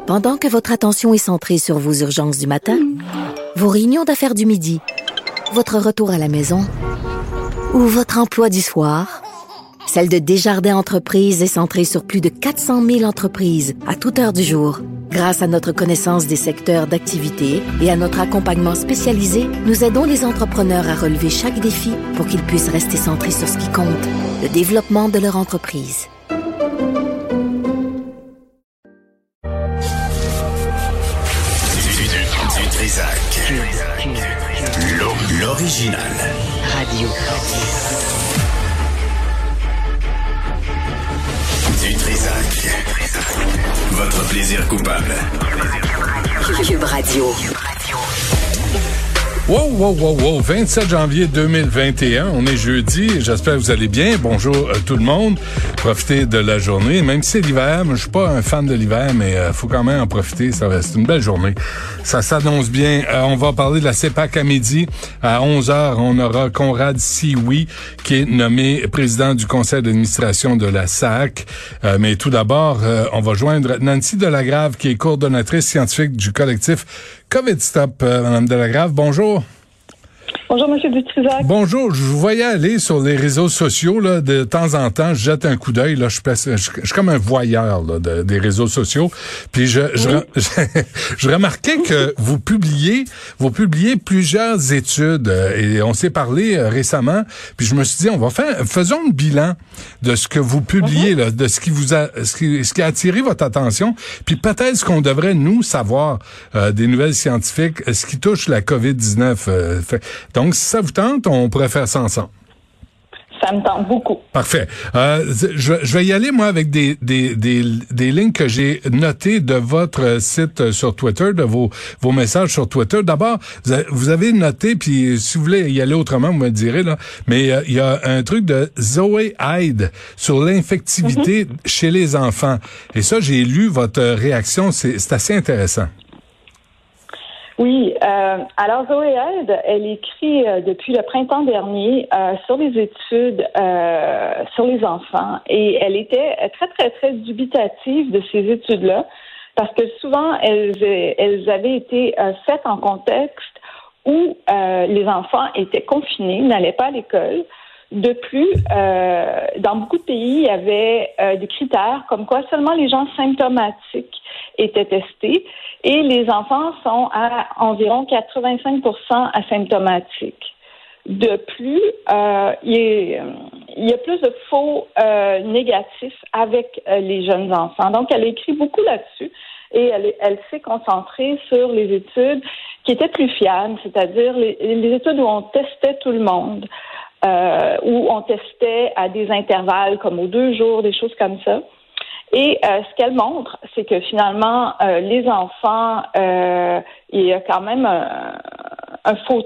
Pendant que votre attention est centrée sur vos urgences du matin, vos réunions d'affaires du midi, votre retour à la maison ou votre emploi du soir, celle de Desjardins Entreprises est centrée sur plus de 400 000 entreprises à toute heure du jour. Grâce à notre connaissance des secteurs d'activité et à notre accompagnement spécialisé, nous aidons les entrepreneurs à relever chaque défi pour qu'ils puissent rester centrés sur ce qui compte, le développement de leur entreprise. Du Trizac. L'original. Radio. Du Trizac. Votre plaisir coupable. Cube Radio. Wow. 27 janvier 2021, on est jeudi, j'espère que vous allez bien. Bonjour tout le monde. Profitez de la journée, même si c'est l'hiver. Moi, je suis pas un fan de l'hiver, mais faut quand même en profiter. C'est une belle journée. Ça s'annonce bien. On va parler de la CEPAC à midi. À 11h, on aura Conrad Sioui, qui est nommé président du conseil d'administration de la SAC. Mais tout d'abord, on va joindre Nancy Delagrave, qui est coordonnatrice scientifique du collectif COVID Stop. Madame Delagrave, bonjour. Bonjour, M. Dutrisac. Bonjour, je vous voyais aller sur les réseaux sociaux, là, de temps en temps, je jette un coup d'œil, là, je suis comme un voyeur, là, des réseaux sociaux, puis je remarquais que vous publiez plusieurs études, et on s'est parlé récemment, puis je me suis dit, faisons un bilan de ce que vous publiez, là, de ce qui a attiré votre attention, puis peut-être ce qu'on devrait, nous, savoir, des nouvelles scientifiques, ce qui touche la COVID-19, donc, si ça vous tente, on pourrait faire ça ensemble. Ça me tente beaucoup. Parfait. Je vais y aller, moi, avec des lignes que j'ai notées de votre site sur Twitter, de vos messages sur Twitter. D'abord, vous avez noté, puis si vous voulez y aller autrement, vous me direz, là, mais il y a un truc de Zoé Hyde sur l'infectivité chez les enfants. Et ça, j'ai lu votre réaction, c'est assez intéressant. Oui, alors Zoé Hyde, elle écrit depuis le printemps dernier sur les études sur les enfants et elle était très, très, très dubitative de ces études-là parce que souvent, elles avaient été faites en contexte où les enfants étaient confinés, n'allaient pas à l'école. De plus, dans beaucoup de pays, il y avait des critères comme quoi seulement les gens symptomatiques étaient testés et les enfants sont à environ 85% asymptomatiques. De plus, il y a plus de faux négatifs avec les jeunes enfants. Donc, elle a écrit beaucoup là-dessus et elle s'est concentrée sur les études qui étaient plus fiables, c'est-à-dire les études où on testait tout le monde. Où on testait à des intervalles comme aux 2 jours, des choses comme ça. Et ce qu'elle montre, c'est que finalement, les enfants, il y a quand même un faux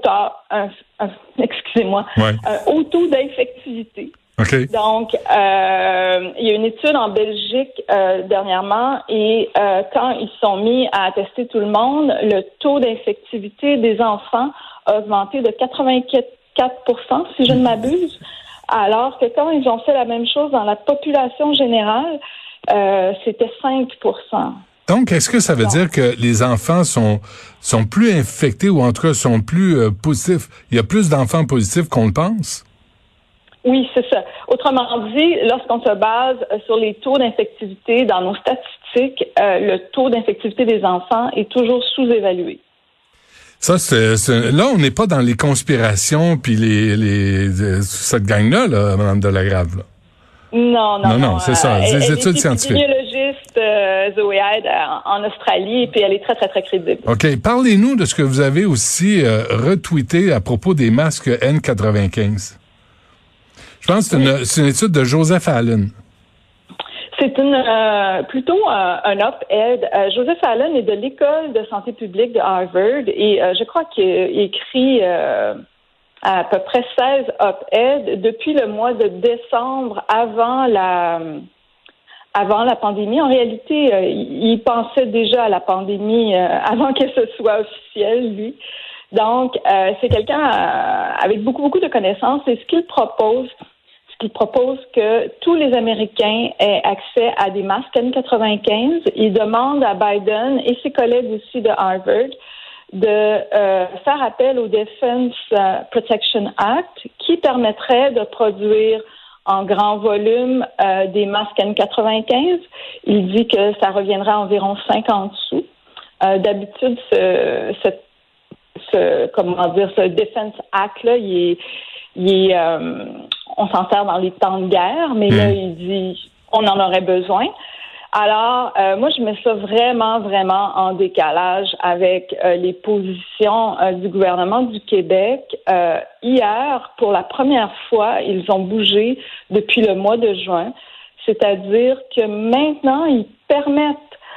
haut taux d'infectivité. Okay. Donc, il y a une étude en Belgique dernièrement et quand ils sont mis à tester tout le monde, le taux d'infectivité des enfants a augmenté de 84%, si je ne m'abuse, alors que quand ils ont fait la même chose dans la population générale, c'était 5%. Donc, est-ce que ça veut dire que les enfants sont plus infectés ou en tout cas sont plus positifs? Il y a plus d'enfants positifs qu'on le pense? Oui, c'est ça. Autrement dit, lorsqu'on se base sur les taux d'infectivité dans nos statistiques, le taux d'infectivité des enfants est toujours sous-évalué. Ça, là, on n'est pas dans les conspirations puis cette gang-là, là, Mme Delagrave, là. Non, c'est ça, des études scientifiques. Elle est épidémiologiste, Zoé Hyde, en Australie, et puis elle est très, très, très crédible. OK. Parlez-nous de ce que vous avez aussi retweeté à propos des masques N95. Je pense que c'est une étude de Joseph Allen. C'est plutôt un op-ed. Joseph Allen est de l'École de santé publique de Harvard et je crois qu'il a écrit à peu près 16 op-ed depuis le mois de décembre avant la pandémie. En réalité, il pensait déjà à la pandémie avant que ce soit officiel, lui. Donc, c'est quelqu'un avec beaucoup, beaucoup de connaissances et ce qu'il propose, Il propose que tous les Américains aient accès à des masques N95. Il demande à Biden et ses collègues aussi de Harvard de faire appel au Defense Protection Act qui permettrait de produire en grand volume des masques N95. Il dit que ça reviendrait à environ 50 sous. D'habitude, ce Defense Act-là, on s'en sert dans les temps de guerre, mais là, il dit on en aurait besoin. Alors, moi, je mets ça vraiment, vraiment en décalage avec les positions du gouvernement du Québec. Hier, pour la première fois, ils ont bougé depuis le mois de juin, c'est-à-dire que maintenant, ils permettent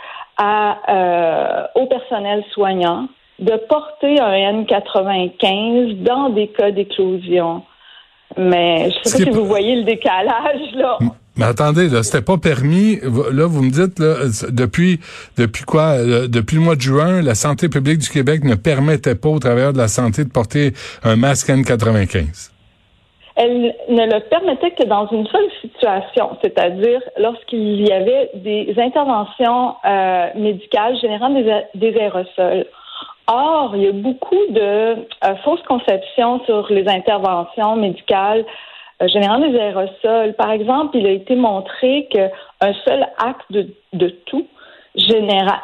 au personnel soignant de porter un N95 dans des cas d'éclosion. Mais je ne sais pas si vous voyez le décalage, là. Mais attendez, là, c'était pas permis. Là, vous me dites, là, depuis quoi? Depuis le mois de juin, la santé publique du Québec ne permettait pas au travers de la santé de porter un masque N95. Elle ne le permettait que dans une seule situation, c'est-à-dire lorsqu'il y avait des interventions médicales générant des aérosols. Or, il y a beaucoup de fausses conceptions sur les interventions médicales générant des aérosols. Par exemple, il a été montré qu'un seul acte de toux génère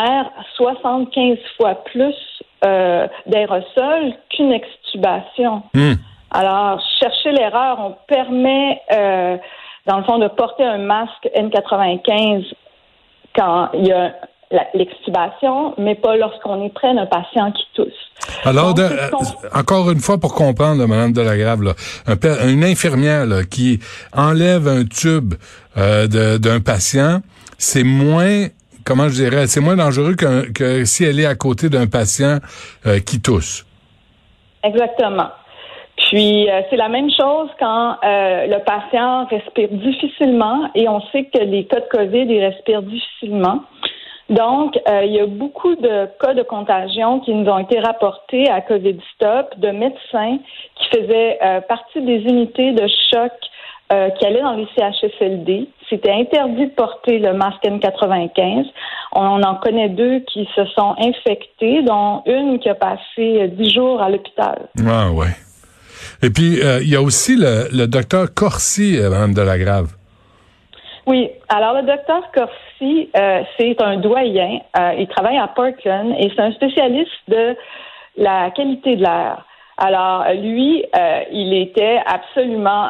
75 fois plus d'aérosols qu'une extubation. Alors, chercher l'erreur, on permet, dans le fond, de porter un masque N95 quand il y a l'extubation, mais pas lorsqu'on est près d'un patient qui tousse. Alors, encore une fois, pour comprendre, là, Mme Delagrave, là, une infirmière là, qui enlève un tube d'un patient, c'est moins, comment je dirais, c'est moins dangereux que si elle est à côté d'un patient qui tousse. Exactement. Puis, c'est la même chose quand le patient respire difficilement, et on sait que les cas de COVID, ils respirent difficilement. Donc, il y a beaucoup de cas de contagion qui nous ont été rapportés à COVID Stop de médecins qui faisaient partie des unités de choc qui allaient dans les CHSLD. C'était interdit de porter le masque N95. On en connaît 2 qui se sont infectés, dont une qui a passé 10 jours à l'hôpital. Ah ouais. Et puis, il y a aussi le docteur Corsi, Mme Delagrave. Oui. Alors, le docteur Corsi, c'est un doyen. Il travaille à Parkland et c'est un spécialiste de la qualité de l'air. Alors, lui, il était absolument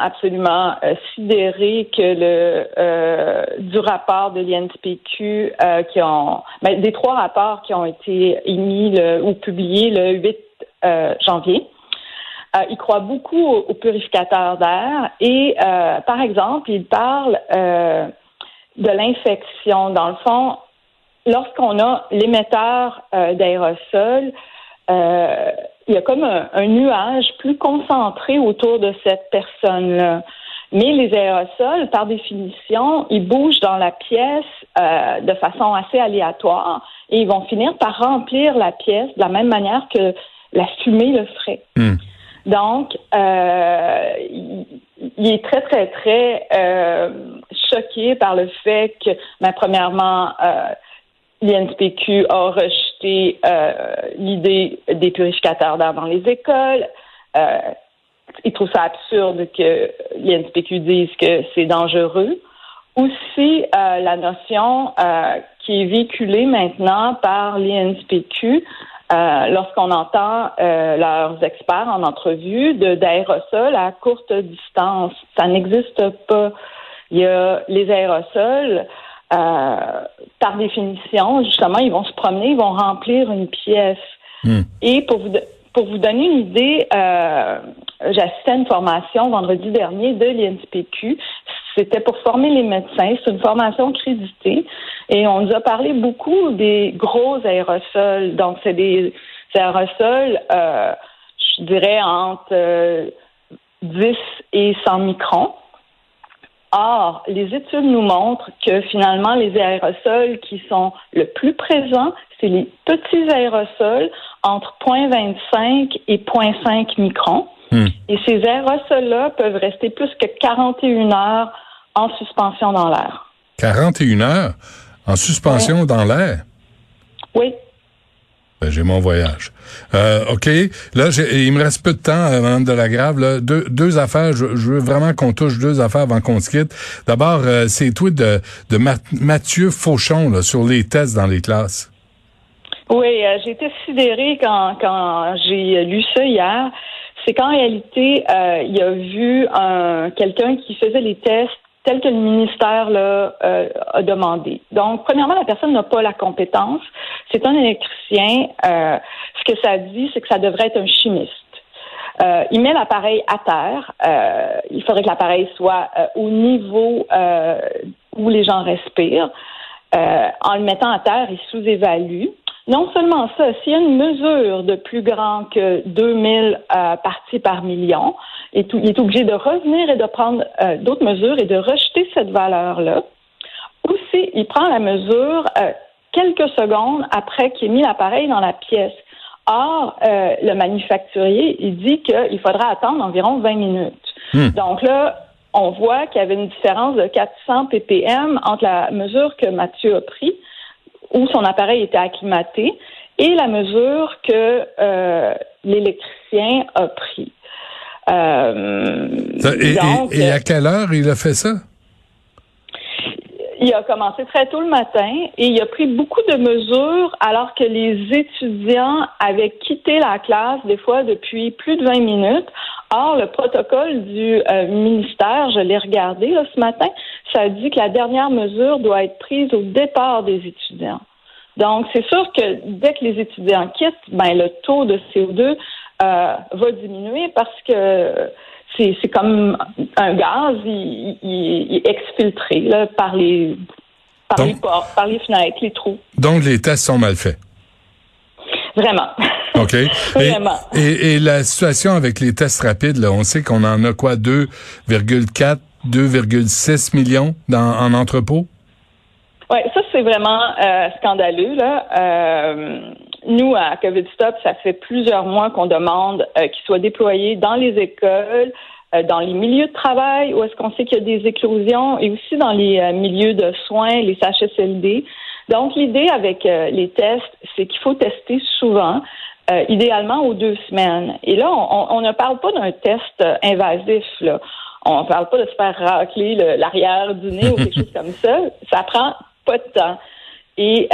sidéré que du rapport de l'INSPQ des 3 rapports qui ont été émis ou publiés le 8 janvier. Il croit beaucoup aux purificateurs d'air et, par exemple, il parle de l'infection. Dans le fond, lorsqu'on a l'émetteur d'aérosols, il y a comme un nuage plus concentré autour de cette personne-là. Mais les aérosols, par définition, ils bougent dans la pièce de façon assez aléatoire et ils vont finir par remplir la pièce de la même manière que la fumée le ferait. Donc, il est très, très, très choqué par le fait que, premièrement, l'INSPQ a rejeté l'idée des purificateurs d'air dans les écoles. Il trouve ça absurde que l'INSPQ dise que c'est dangereux. Aussi, la notion qui est véhiculée maintenant par l'INSPQ, lorsqu'on entend leurs experts en entrevue d'aérosols à courte distance. Ça n'existe pas. Il y a les aérosols, par définition, justement, ils vont se promener, ils vont remplir une pièce. Et pour vous donner une idée, j'assistais à une formation vendredi dernier de l'INSPQ. C'était pour former les médecins. C'est une formation créditée. Et on nous a parlé beaucoup des gros aérosols. Donc, c'est des aérosols, je dirais, entre 10 et 100 microns. Or, les études nous montrent que finalement, les aérosols qui sont le plus présents, c'est les petits aérosols entre 0,25 et 0,5 microns. Et ces aérosols-là peuvent rester plus que 41 heures en suspension dans l'air. 41 heures en suspension dans l'air? Oui. Ben, j'ai mon voyage. OK. Là, il me reste peu de temps, Mme Delagrave. Là, deux affaires. Je veux vraiment qu'on touche deux affaires avant qu'on se quitte. D'abord, c'est tweet de Mathieu Fauchon là, sur les tests dans les classes. Oui, j'ai été sidérée quand j'ai lu ça hier. C'est qu'en réalité, il a vu quelqu'un qui faisait les tests tel que le ministère là, a demandé. Donc, premièrement, la personne n'a pas la compétence. C'est un électricien. Ce que ça dit, c'est que ça devrait être un chimiste. Il met l'appareil à terre. Il faudrait que l'appareil soit au niveau où les gens respirent. En le mettant à terre, il sous-évalue. Non seulement ça, s'il y a une mesure de plus grand que 2000 parties par million, il est obligé de revenir et de prendre d'autres mesures et de rejeter cette valeur-là. Aussi, il prend la mesure quelques secondes après qu'il ait mis l'appareil dans la pièce. Or, le manufacturier, il dit qu'il faudra attendre environ 20 minutes. Donc là, on voit qu'il y avait une différence de 400 ppm entre la mesure que Mathieu a prise, où son appareil était acclimaté, et la mesure que l'électricien a pris. Et à quelle heure il a fait ça? Il a commencé très tôt le matin et il a pris beaucoup de mesures alors que les étudiants avaient quitté la classe des fois depuis plus de 20 minutes. Or, le protocole du ministère, je l'ai regardé là, ce matin, ça dit que la dernière mesure doit être prise au départ des étudiants. Donc, c'est sûr que dès que les étudiants quittent, le taux de CO2 va diminuer parce que c'est comme un gaz, il est exfiltré là, par les portes, par les fenêtres, les trous. Donc, les tests sont mal faits. Vraiment. OK. Vraiment. Et la situation avec les tests rapides, là, on sait qu'on en a 2,4, 2,6 millions en entrepôt? Oui, ça, c'est vraiment scandaleux, là. Nous, à COVID Stop, ça fait plusieurs mois qu'on demande qu'ils soient déployés dans les écoles, dans les milieux de travail, où est-ce qu'on sait qu'il y a des éclosions, et aussi dans les milieux de soins, les CHSLD. Donc, l'idée avec les tests, c'est qu'il faut tester souvent, idéalement aux 2 semaines. Et là, on ne parle pas d'un test invasif, là. On ne parle pas de se faire racler l'arrière du nez ou quelque chose comme ça. Ça prend pas de temps. Et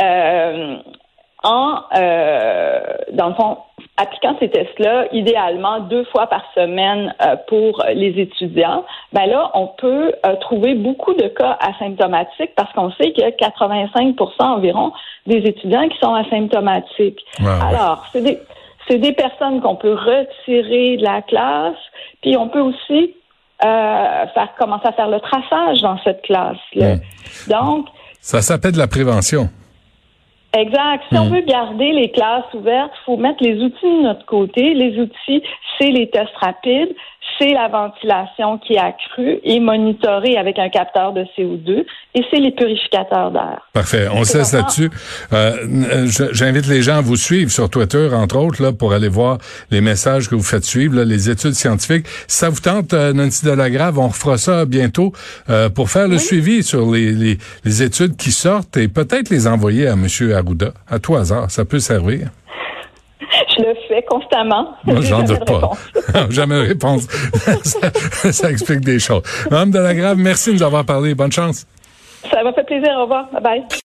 dans le fond, appliquant ces tests-là, idéalement 2 fois par semaine pour les étudiants, là, on peut trouver beaucoup de cas asymptomatiques parce qu'on sait qu'il y a 85% environ des étudiants qui sont asymptomatiques. Wow. Alors, c'est des personnes qu'on peut retirer de la classe, puis on peut aussi commencer à faire le traçage dans cette classe-là. Donc, ça s'appelle de la prévention. Exact. Si on veut garder les classes ouvertes, il faut mettre les outils de notre côté. Les outils, c'est les tests rapides, c'est la ventilation qui est accrue et monitorée avec un capteur de CO2, et c'est les purificateurs d'air. Parfait. On se laisse là-dessus. J'invite les gens à vous suivre sur Twitter, entre autres, là, pour aller voir les messages que vous faites suivre, là, les études scientifiques. Si ça vous tente, Nancy Delagrave, on refera ça bientôt pour faire le suivi sur les études qui sortent et peut-être les envoyer à M. Arruda. À tout hasard, ça peut servir. Je le fais constamment. Moi, j'en doute pas. Jamais de réponse. ça explique des choses. Mme Delagrave, merci de nous avoir parlé. Bonne chance. Ça m'a fait plaisir. Au revoir. Bye bye.